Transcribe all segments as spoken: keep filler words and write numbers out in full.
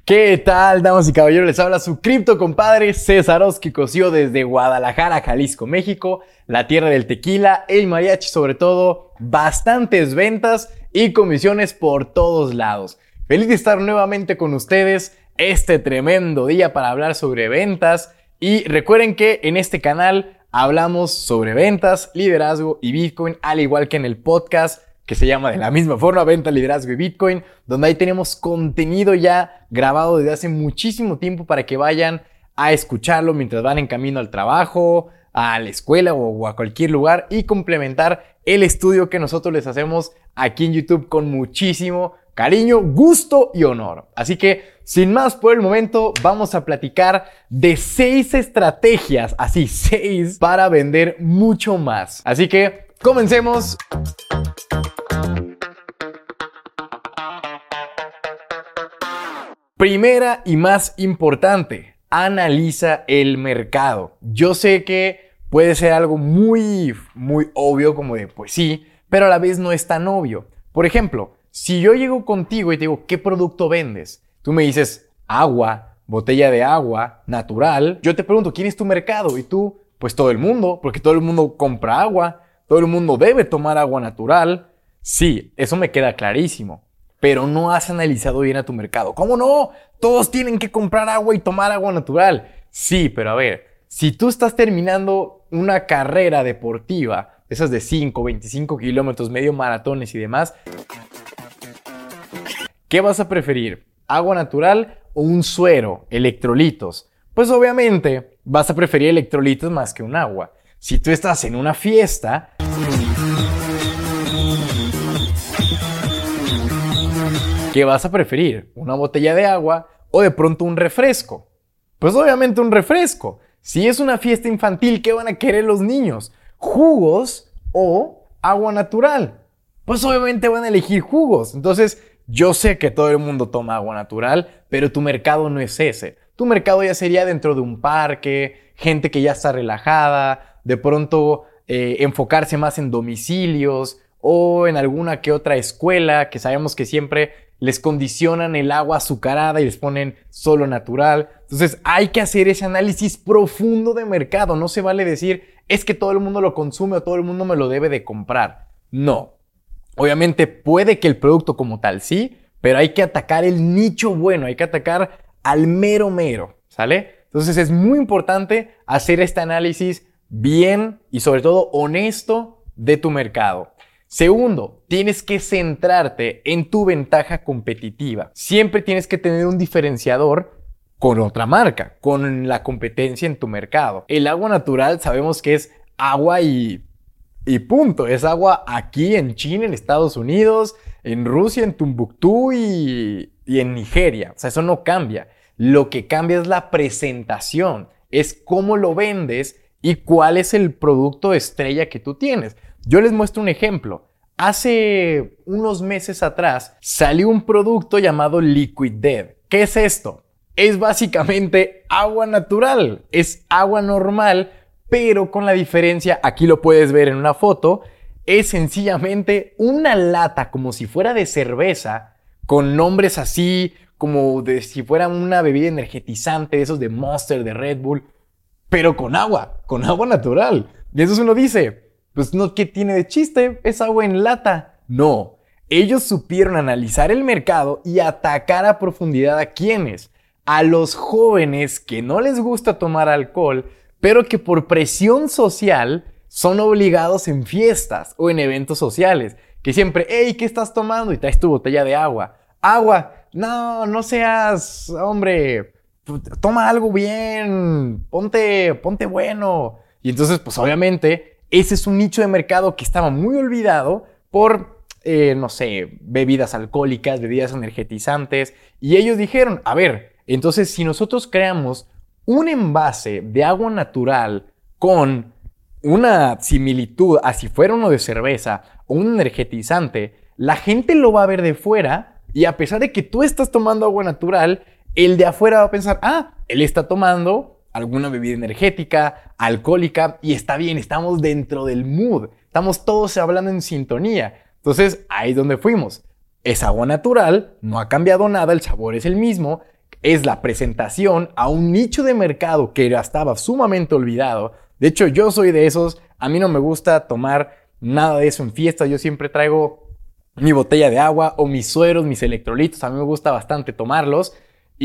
¿Qué tal, damas y caballeros? Les habla su cripto compadre Cesarowski Cosío desde Guadalajara, Jalisco, México, la tierra del tequila, el mariachi sobre todo, bastantes ventas y comisiones por todos lados. Feliz de estar nuevamente con ustedes este tremendo día para hablar sobre ventas y recuerden que en este canal hablamos sobre ventas, liderazgo y Bitcoin, al igual que en el podcast que se llama de la misma forma, Venta, Liderazgo y Bitcoin, donde ahí tenemos contenido ya grabado desde hace muchísimo tiempo para que vayan a escucharlo mientras van en camino al trabajo, a la escuela o a cualquier lugar y complementar el estudio que nosotros les hacemos aquí en YouTube con muchísimo cariño, gusto y honor. Así que, sin más por el momento, vamos a platicar de seis estrategias, así seis, para vender mucho más. Así que, comencemos. Primera y más importante, analiza el mercado. Yo sé que puede ser algo muy, muy obvio, como de pues sí, pero a la vez no es tan obvio. Por ejemplo, si yo llego contigo y te digo, ¿qué producto vendes? Tú me dices, agua, botella de agua, natural. Yo te pregunto, ¿quién es tu mercado? Y tú, pues todo el mundo, porque todo el mundo compra agua, todo el mundo debe tomar agua natural. Sí, eso me queda clarísimo. Pero no has analizado bien a tu mercado. ¿Cómo no? Todos tienen que comprar agua y tomar agua natural. Sí, pero a ver, si tú estás terminando una carrera deportiva, esas de cinco, veinticinco kilómetros, medio maratones y demás, ¿qué vas a preferir? ¿Agua natural o un suero, electrolitos? Pues obviamente vas a preferir electrolitos más que un agua. Si tú estás en una fiesta, ¿qué vas a preferir? ¿Una botella de agua o de pronto un refresco? Pues obviamente un refresco. Si es una fiesta infantil, ¿qué van a querer los niños? ¿Jugos o agua natural? Pues obviamente van a elegir jugos. Entonces, yo sé que todo el mundo toma agua natural, pero tu mercado no es ese. Tu mercado ya sería dentro de un parque, gente que ya está relajada, de pronto eh, enfocarse más en domicilios o en alguna que otra escuela que sabemos que siempre les condicionan el agua azucarada y les ponen solo natural. Entonces hay que hacer ese análisis profundo de mercado. No se vale decir, es que todo el mundo lo consume o todo el mundo me lo debe de comprar. No. Obviamente puede que el producto como tal sí, pero hay que atacar el nicho bueno, hay que atacar al mero mero, ¿sale? Entonces es muy importante hacer este análisis bien y sobre todo honesto de tu mercado. Segundo, tienes que centrarte en tu ventaja competitiva. Siempre tienes que tener un diferenciador con otra marca, con la competencia en tu mercado. El agua natural sabemos que es agua y, y punto. Es agua aquí en China, en Estados Unidos, en Rusia, en Tumbuctú y, y en Nigeria. O sea, eso no cambia. Lo que cambia es la presentación, es cómo lo vendes y cuál es el producto estrella que tú tienes. Yo les muestro un ejemplo. Hace unos meses atrás salió un producto llamado Liquid Death. ¿Qué es esto? Es básicamente agua natural. Es agua normal, pero con la diferencia, aquí lo puedes ver en una foto, es sencillamente una lata como si fuera de cerveza, con nombres así como de si fuera una bebida energetizante, de esos de Monster, de Red Bull, pero con agua, con agua natural. Y entonces uno dice, pues no, ¿qué tiene de chiste? Es agua en lata. No, ellos supieron analizar el mercado y atacar a profundidad a quienes, a los jóvenes que no les gusta tomar alcohol, pero que por presión social son obligados en fiestas o en eventos sociales, que siempre, hey, ¿qué estás tomando? Y traes tu botella de agua. Agua, no, no seas, hombre, toma algo bien, ponte, ponte bueno. Y entonces, pues obviamente, ese es un nicho de mercado que estaba muy olvidado por, eh, no sé, bebidas alcohólicas, bebidas energetizantes. Y ellos dijeron, a ver, entonces si nosotros creamos un envase de agua natural con una similitud a si fuera uno de cerveza o un energetizante, la gente lo va a ver de fuera y a pesar de que tú estás tomando agua natural, el de afuera va a pensar, ah, él está tomando alguna bebida energética, alcohólica, y está bien, estamos dentro del mood, estamos todos hablando en sintonía. Entonces, ahí es donde fuimos. Es agua natural, no ha cambiado nada, el sabor es el mismo, es la presentación a un nicho de mercado que estaba sumamente olvidado. De hecho, yo soy de esos, a mí no me gusta tomar nada de eso en fiestas, yo siempre traigo mi botella de agua o mis sueros, mis electrolitos, a mí me gusta bastante tomarlos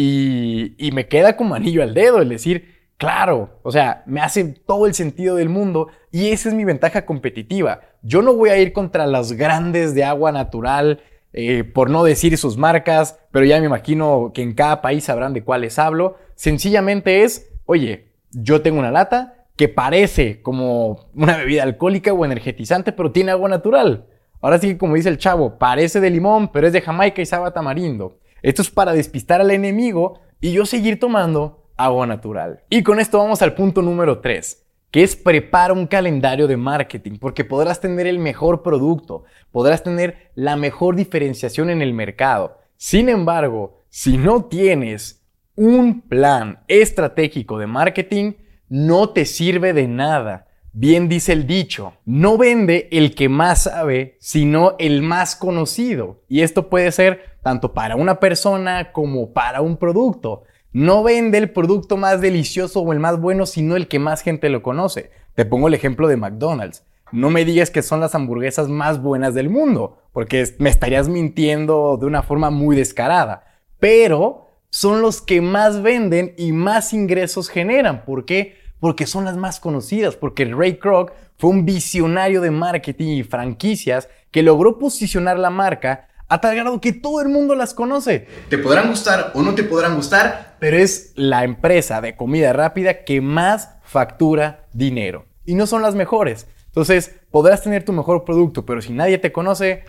y, y me queda como anillo al dedo el decir, claro, o sea, me hace todo el sentido del mundo y esa es mi ventaja competitiva. Yo no voy a ir contra los grandes de agua natural, eh, por no decir sus marcas, pero ya me imagino que en cada país sabrán de cuáles hablo. Sencillamente es, oye, yo tengo una lata que parece como una bebida alcohólica o energetizante, pero tiene agua natural. Ahora sí que como dice el chavo, parece de limón, pero es de Jamaica y sabe a tamarindo. Esto es para despistar al enemigo y yo seguir tomando agua natural. Y con esto vamos al punto número tres, que es prepara un calendario de marketing, porque podrás tener el mejor producto, podrás tener la mejor diferenciación en el mercado. Sin embargo, si no tienes un plan estratégico de marketing, no te sirve de nada. Bien dice el dicho, no vende el que más sabe, sino el más conocido. Y esto puede ser tanto para una persona como para un producto. No vende el producto más delicioso o el más bueno, sino el que más gente lo conoce. Te pongo el ejemplo de McDonald's. No me digas que son las hamburguesas más buenas del mundo, porque me estarías mintiendo de una forma muy descarada. Pero son los que más venden y más ingresos generan. ¿Por qué? Porque son las más conocidas, porque Ray Kroc fue un visionario de marketing y franquicias que logró posicionar la marca a tal grado que todo el mundo las conoce. Te podrán gustar o no te podrán gustar, pero es la empresa de comida rápida que más factura dinero. Y no son las mejores. Entonces, podrás tener tu mejor producto, pero si nadie te conoce,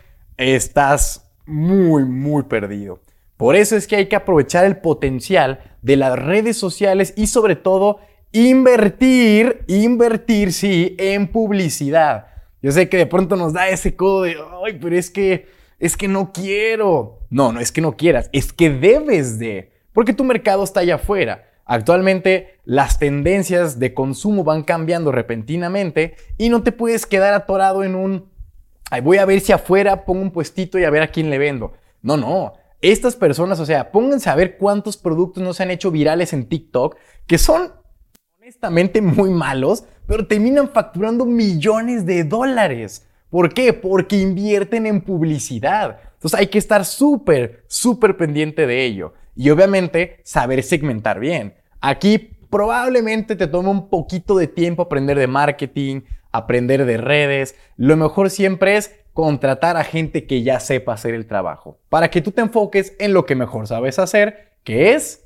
estás muy, muy perdido. Por eso es que hay que aprovechar el potencial de las redes sociales y sobre todo invertir, invertir, sí, en publicidad. Yo sé que de pronto nos da ese codo de, ay, pero es que, es que no quiero. No, no es que no quieras, es que debes de, porque tu mercado está allá afuera. Actualmente las tendencias de consumo van cambiando repentinamente y no te puedes quedar atorado en un, ay, voy a ver si afuera pongo un puestito y a ver a quién le vendo. No, no. Estas personas, o sea, pónganse a ver cuántos productos no se han hecho virales en TikTok que son honestamente muy malos, pero terminan facturando millones de dólares. ¿Por qué? Porque invierten en publicidad. Entonces hay que estar súper, súper pendiente de ello. Y obviamente saber segmentar bien. Aquí probablemente te tome un poquito de tiempo aprender de marketing, aprender de redes. Lo mejor siempre es contratar a gente que ya sepa hacer el trabajo, para que tú te enfoques en lo que mejor sabes hacer, que es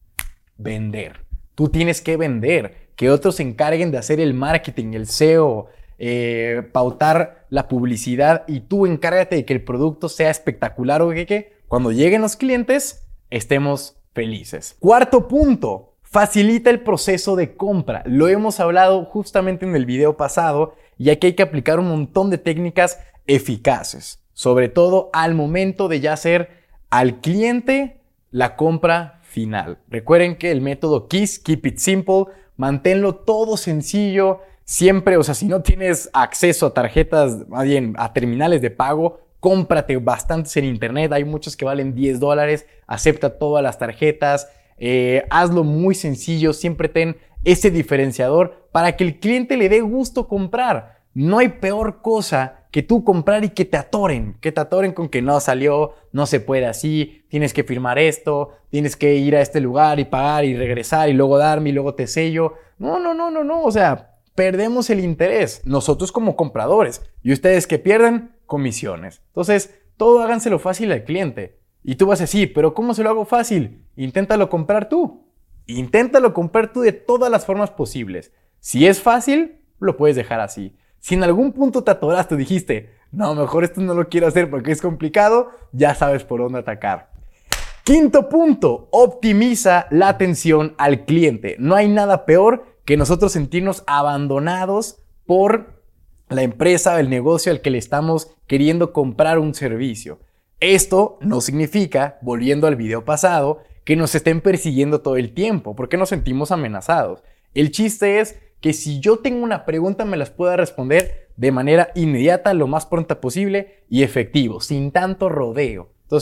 vender. Tú tienes que vender, que otros se encarguen de hacer el marketing, el S E O, eh, pautar la publicidad y tú encárgate de que el producto sea espectacular o que, que cuando lleguen los clientes estemos felices. Cuarto punto, facilita el proceso de compra. Lo hemos hablado justamente en el video pasado y aquí hay que aplicar un montón de técnicas eficaces, sobre todo al momento de ya hacer al cliente la compra final. Recuerden que el método KISS, Keep It Simple, manténlo todo sencillo, siempre, o sea, si no tienes acceso a tarjetas, más bien a terminales de pago, cómprate bastantes en internet, hay muchos que valen diez dólares, acepta todas las tarjetas, eh, hazlo muy sencillo, siempre ten ese diferenciador para que el cliente le dé gusto comprar. No hay peor cosa que tú comprar y que te atoren, que te atoren con que no salió, no se puede así, tienes que firmar esto, tienes que ir a este lugar y pagar y regresar y luego darme y luego te sello. No, no, no, no, no, o sea, perdemos el interés, nosotros como compradores, y ustedes que pierden comisiones. Entonces, todo háganselo fácil al cliente. Y tú vas a decir, pero ¿cómo se lo hago fácil? Inténtalo comprar tú. Inténtalo comprar tú de todas las formas posibles. Si es fácil, lo puedes dejar así. Si en algún punto te atoraste y dijiste, no, mejor esto no lo quiero hacer porque es complicado, ya sabes por dónde atacar. Quinto punto, optimiza la atención al cliente. No hay nada peor que nosotros sentirnos abandonados por la empresa o el negocio al que le estamos queriendo comprar un servicio. Esto no significa, volviendo al video pasado, que nos estén persiguiendo todo el tiempo, porque nos sentimos amenazados. El chiste es que si yo tengo una pregunta me las pueda responder de manera inmediata, lo más pronta posible y efectivo, sin tanto rodeo. Entonces,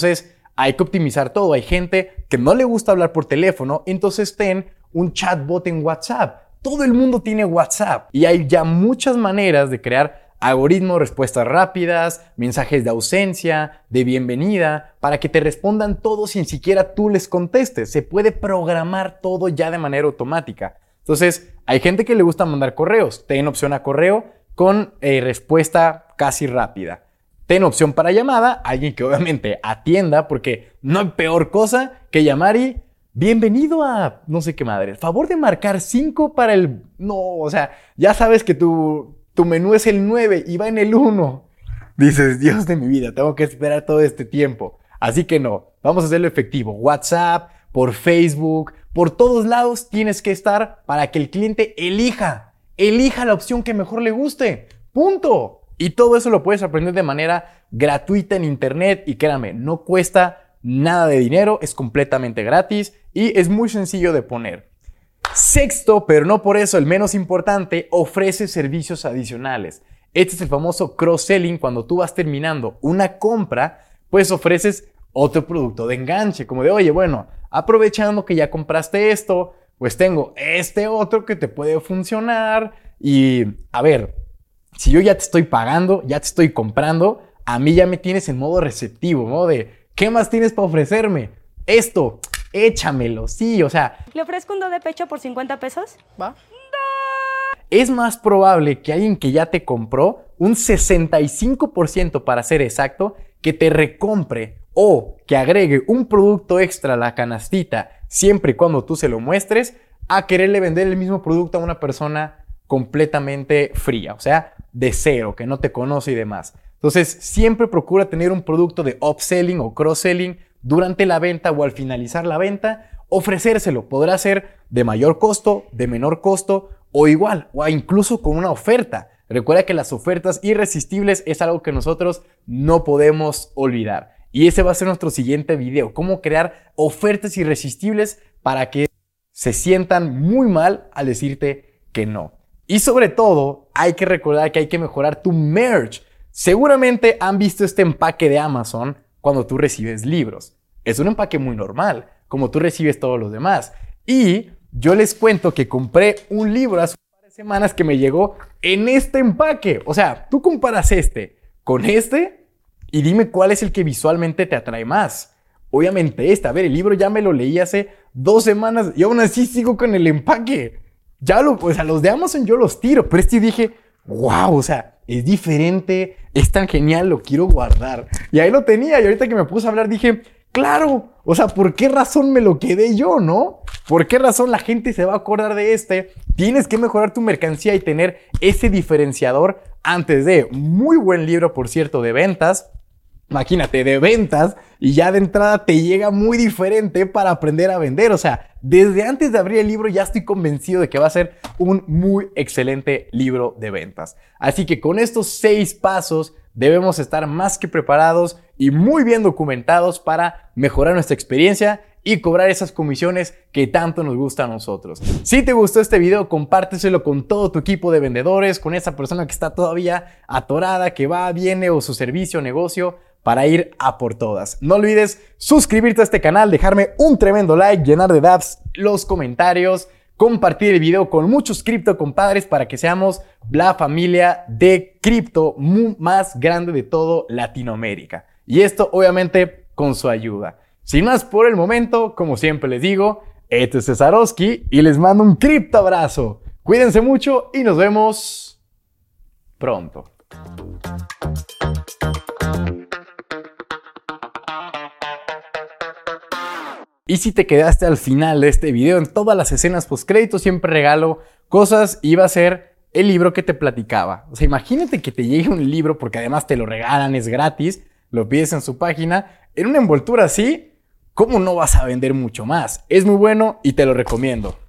hay que optimizar todo. Hay gente que no le gusta hablar por teléfono, entonces ten un chatbot en WhatsApp. Todo el mundo tiene WhatsApp y hay ya muchas maneras de crear algoritmos, respuestas rápidas, mensajes de ausencia, de bienvenida, para que te respondan todos sin siquiera tú les contestes. Se puede programar todo ya de manera automática. Entonces, hay gente que le gusta mandar correos. Ten opción a correo con eh, respuesta casi rápida. Ten opción para llamada, alguien que obviamente atienda, porque no hay peor cosa que llamar y bienvenido a no sé qué madre. Favor de marcar cinco para el... No, o sea, ya sabes que tu, tu menú es el nueve y va en el uno. Dices, Dios de mi vida, tengo que esperar todo este tiempo. Así que no, vamos a hacerlo efectivo. WhatsApp, por Facebook, por todos lados tienes que estar para que el cliente elija. Elija la opción que mejor le guste. ¡Punto! Y todo eso lo puedes aprender de manera gratuita en internet y créanme, no cuesta nada de dinero, es completamente gratis y es muy sencillo de poner. Sexto, pero no por eso el menos importante, ofrece servicios adicionales. Este es el famoso cross-selling. Cuando tú vas terminando una compra, pues ofreces otro producto de enganche, como de, oye, bueno, aprovechando que ya compraste esto, pues tengo este otro que te puede funcionar y, a ver, si yo ya te estoy pagando, ya te estoy comprando, a mí ya me tienes en modo receptivo, ¿no? De, ¿qué más tienes para ofrecerme? Esto, échamelo, sí, o sea... ¿Le ofrezco un do de pecho por cincuenta pesos? ¿Va? Es más probable que alguien que ya te compró, un sesenta y cinco por ciento para ser exacto, que te recompre o que agregue un producto extra a la canastita siempre y cuando tú se lo muestres, a quererle vender el mismo producto a una persona completamente fría, o sea, de cero, que no te conoce y demás. Entonces, siempre procura tener un producto de upselling o cross-selling durante la venta o al finalizar la venta, ofrecérselo. Podrá ser de mayor costo, de menor costo o igual, o incluso con una oferta. Recuerda que las ofertas irresistibles es algo que nosotros no podemos olvidar. Y ese va a ser nuestro siguiente video, cómo crear ofertas irresistibles para que se sientan muy mal al decirte que no. Y sobre todo, hay que recordar que hay que mejorar tu merch. Seguramente han visto este empaque de Amazon cuando tú recibes libros. Es un empaque muy normal, como tú recibes todos los demás. Y yo les cuento que compré un libro hace un par de semanas que me llegó en este empaque. O sea, tú comparas este con este y dime cuál es el que visualmente te atrae más. Obviamente este. A ver, el libro ya me lo leí hace dos semanas y aún así sigo con el empaque. Ya lo, o sea, los de Amazon yo los tiro, pero este dije, wow, o sea, es diferente, es tan genial, lo quiero guardar. Y ahí lo tenía y ahorita que me puse a hablar dije, claro, o sea, ¿por qué razón me lo quedé yo, no? ¿Por qué razón la gente se va a acordar de este? Tienes que mejorar tu mercancía y tener ese diferenciador antes de. Muy buen libro, por cierto, de ventas. Imagínate, de ventas, y ya de entrada te llega muy diferente para aprender a vender. O sea, desde antes de abrir el libro ya estoy convencido de que va a ser un muy excelente libro de ventas. Así que con estos seis pasos debemos estar más que preparados y muy bien documentados para mejorar nuestra experiencia y cobrar esas comisiones que tanto nos gusta a nosotros. Si te gustó este video, compárteselo con todo tu equipo de vendedores, con esa persona que está todavía atorada, que va, viene o su servicio o negocio, para ir a por todas. No olvides suscribirte a este canal, dejarme un tremendo like, llenar de dabs los comentarios, compartir el video con muchos cripto compadres para que seamos la familia de cripto más grande de todo Latinoamérica. Y esto obviamente con su ayuda. Sin más por el momento, como siempre les digo, este es Cesarowski y les mando un cripto abrazo. Cuídense mucho y nos vemos pronto. Y si te quedaste al final de este video, en todas las escenas postcréditos siempre regalo cosas y va a ser el libro que te platicaba. O sea, imagínate que te llegue un libro, porque además te lo regalan, es gratis, lo pides en su página, en una envoltura así, ¿cómo no vas a vender mucho más? Es muy bueno y te lo recomiendo.